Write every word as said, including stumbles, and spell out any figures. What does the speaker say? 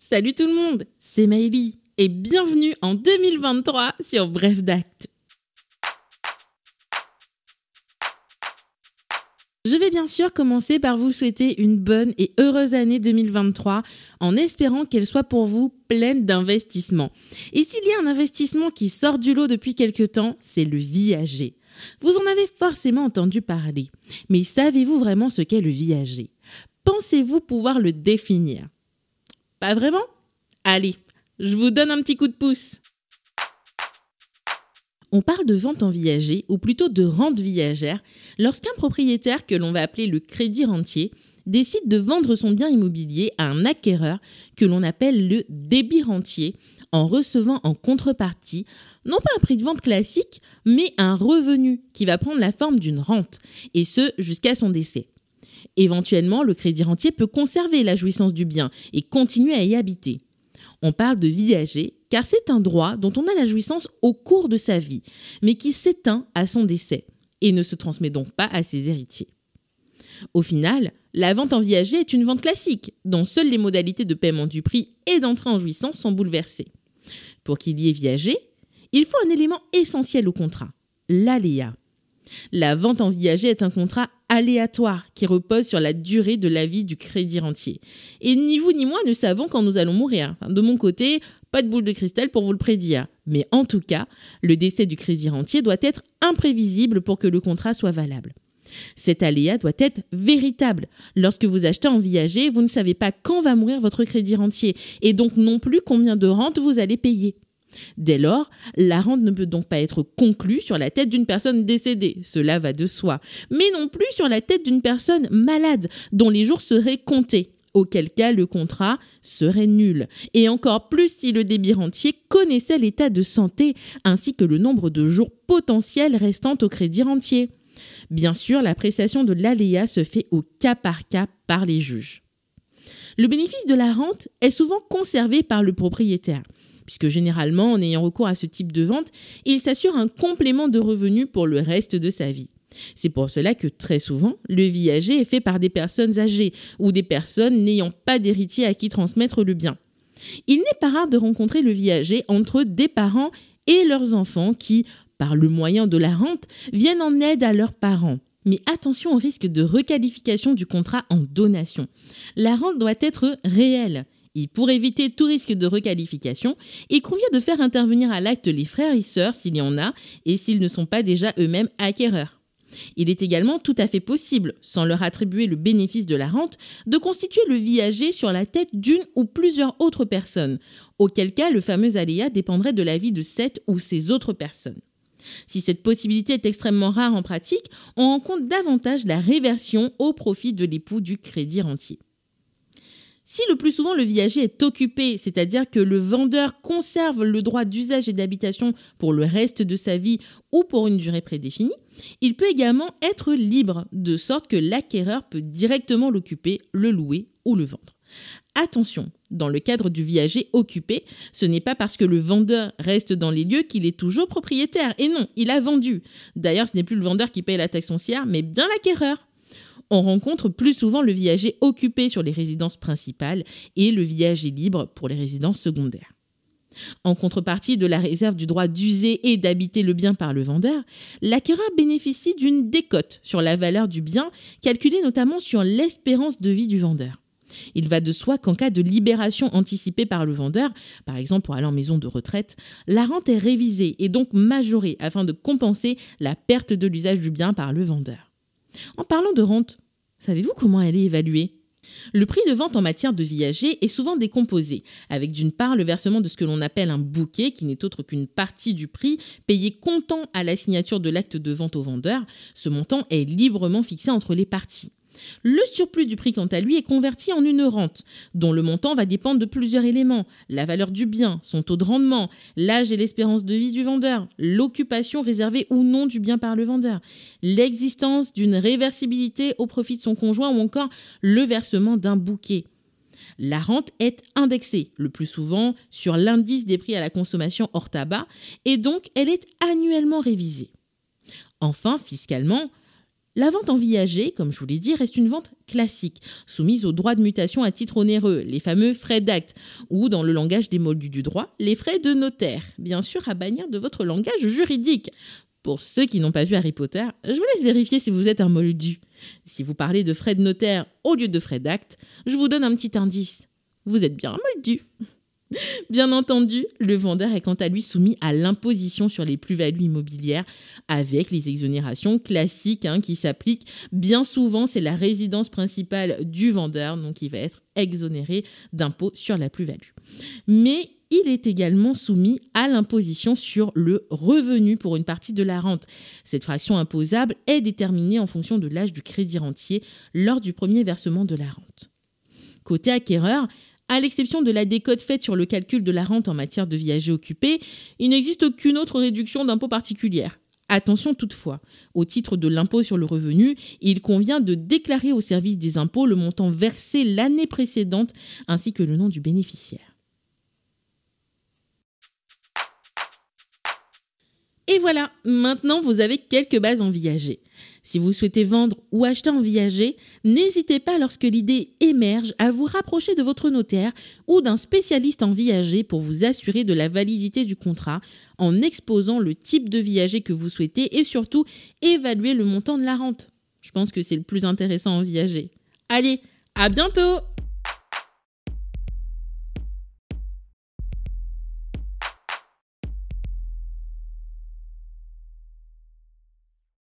Salut tout le monde, c'est Maëlie et bienvenue en deux mille vingt-trois sur Bref d'Acte. Je vais bien sûr commencer par vous souhaiter une bonne et heureuse année deux mille vingt-trois en espérant qu'elle soit pour vous pleine d'investissements. Et s'il y a un investissement qui sort du lot depuis quelque temps, c'est le viager. Vous en avez forcément entendu parler, mais savez-vous vraiment ce qu'est le viager ? Pensez-vous pouvoir le définir ? Pas vraiment ? Allez, je vous donne un petit coup de pouce. On parle de vente en viager, ou plutôt de rente viagère, lorsqu'un propriétaire que l'on va appeler le crédit rentier décide de vendre son bien immobilier à un acquéreur que l'on appelle le débit rentier, en recevant en contrepartie, non pas un prix de vente classique, mais un revenu qui va prendre la forme d'une rente, et ce jusqu'à son décès. Éventuellement, le crédit rentier peut conserver la jouissance du bien et continuer à y habiter. On parle de viager car c'est un droit dont on a la jouissance au cours de sa vie, mais qui s'éteint à son décès et ne se transmet donc pas à ses héritiers. Au final, la vente en viager est une vente classique, dont seules les modalités de paiement du prix et d'entrée en jouissance sont bouleversées. Pour qu'il y ait viager, il faut un élément essentiel au contrat, l'aléa. La vente en viager est un contrat aléatoire qui repose sur la durée de la vie du crédit rentier. Et ni vous ni moi ne savons quand nous allons mourir. Enfin, de mon côté, pas de boule de cristal pour vous le prédire. Mais en tout cas, le décès du crédit rentier doit être imprévisible pour que le contrat soit valable. Cet aléa doit être véritable. Lorsque vous achetez en viager, vous ne savez pas quand va mourir votre crédit rentier et donc non plus combien de rente vous allez payer. Dès lors, la rente ne peut donc pas être conclue sur la tête d'une personne décédée, cela va de soi, mais non plus sur la tête d'une personne malade dont les jours seraient comptés, auquel cas le contrat serait nul. Et encore plus si le débit rentier connaissait l'état de santé ainsi que le nombre de jours potentiels restant au crédit rentier. Bien sûr, l'appréciation de l'aléa se fait au cas par cas par les juges. Le bénéfice de la rente est souvent conservé par le propriétaire, puisque généralement, en ayant recours à ce type de vente, il s'assure un complément de revenus pour le reste de sa vie. C'est pour cela que très souvent, le viager est fait par des personnes âgées ou des personnes n'ayant pas d'héritier à qui transmettre le bien. Il n'est pas rare de rencontrer le viager entre des parents et leurs enfants qui, par le moyen de la rente, viennent en aide à leurs parents. Mais attention au risque de requalification du contrat en donation. La rente doit être réelle. Et pour éviter tout risque de requalification, il convient de faire intervenir à l'acte les frères et sœurs s'il y en a et s'ils ne sont pas déjà eux-mêmes acquéreurs. Il est également tout à fait possible, sans leur attribuer le bénéfice de la rente, de constituer le viager sur la tête d'une ou plusieurs autres personnes, auquel cas le fameux aléa dépendrait de l'avis de cette ou ces autres personnes. Si cette possibilité est extrêmement rare en pratique, on rencontre davantage la réversion au profit de l'époux du crédit rentier. Si le plus souvent le viager est occupé, c'est-à-dire que le vendeur conserve le droit d'usage et d'habitation pour le reste de sa vie ou pour une durée prédéfinie, il peut également être libre, de sorte que l'acquéreur peut directement l'occuper, le louer ou le vendre. Attention, dans le cadre du viager occupé, ce n'est pas parce que le vendeur reste dans les lieux qu'il est toujours propriétaire. Et non, il a vendu. D'ailleurs, ce n'est plus le vendeur qui paye la taxe foncière, mais bien l'acquéreur. On rencontre plus souvent le viager occupé sur les résidences principales et le viager libre pour les résidences secondaires. En contrepartie de la réserve du droit d'user et d'habiter le bien par le vendeur, l'acquéreur bénéficie d'une décote sur la valeur du bien, calculée notamment sur l'espérance de vie du vendeur. Il va de soi qu'en cas de libération anticipée par le vendeur, par exemple pour aller en maison de retraite, la rente est révisée et donc majorée afin de compenser la perte de l'usage du bien par le vendeur. En parlant de rente, savez-vous comment elle est évaluée ? Le prix de vente en matière de viager est souvent décomposé, avec d'une part le versement de ce que l'on appelle un bouquet, qui n'est autre qu'une partie du prix payé comptant à la signature de l'acte de vente au vendeur. Ce montant est librement fixé entre les parties. Le surplus du prix, quant à lui, est converti en une rente, dont le montant va dépendre de plusieurs éléments: la valeur du bien, son taux de rendement, l'âge et l'espérance de vie du vendeur, l'occupation réservée ou non du bien par le vendeur, l'existence d'une réversibilité au profit de son conjoint ou encore le versement d'un bouquet. La rente est indexée, le plus souvent sur l'indice des prix à la consommation hors tabac, et donc elle est annuellement révisée. Enfin, fiscalement, La vente en viager, comme je vous l'ai dit, reste une vente classique, soumise aux droits de mutation à titre onéreux, les fameux frais d'acte, ou dans le langage des moldus du droit, les frais de notaire, bien sûr à bannir de votre langage juridique. Pour ceux qui n'ont pas vu Harry Potter, je vous laisse vérifier si vous êtes un moldu. Si vous parlez de frais de notaire au lieu de frais d'acte, je vous donne un petit indice. Vous êtes bien un moldu. Bien entendu, le vendeur est quant à lui soumis à l'imposition sur les plus-values immobilières avec les exonérations classiques hein, qui s'appliquent. Bien souvent, c'est la résidence principale du vendeur, donc il va être exonéré d'impôt sur la plus-value. Mais il est également soumis à l'imposition sur le revenu pour une partie de la rente. Cette fraction imposable est déterminée en fonction de l'âge du crédir entier lors du premier versement de la rente. Côté acquéreur, à l'exception de la décote faite sur le calcul de la rente en matière de viager occupé, il n'existe aucune autre réduction d'impôt particulière. Attention toutefois, au titre de l'impôt sur le revenu, il convient de déclarer au service des impôts le montant versé l'année précédente ainsi que le nom du bénéficiaire. Et voilà, maintenant vous avez quelques bases en viager. Si vous souhaitez vendre ou acheter en viager, n'hésitez pas lorsque l'idée émerge à vous rapprocher de votre notaire ou d'un spécialiste en viager pour vous assurer de la validité du contrat en exposant le type de viager que vous souhaitez et surtout évaluer le montant de la rente. Je pense que c'est le plus intéressant en viager. Allez, à bientôt!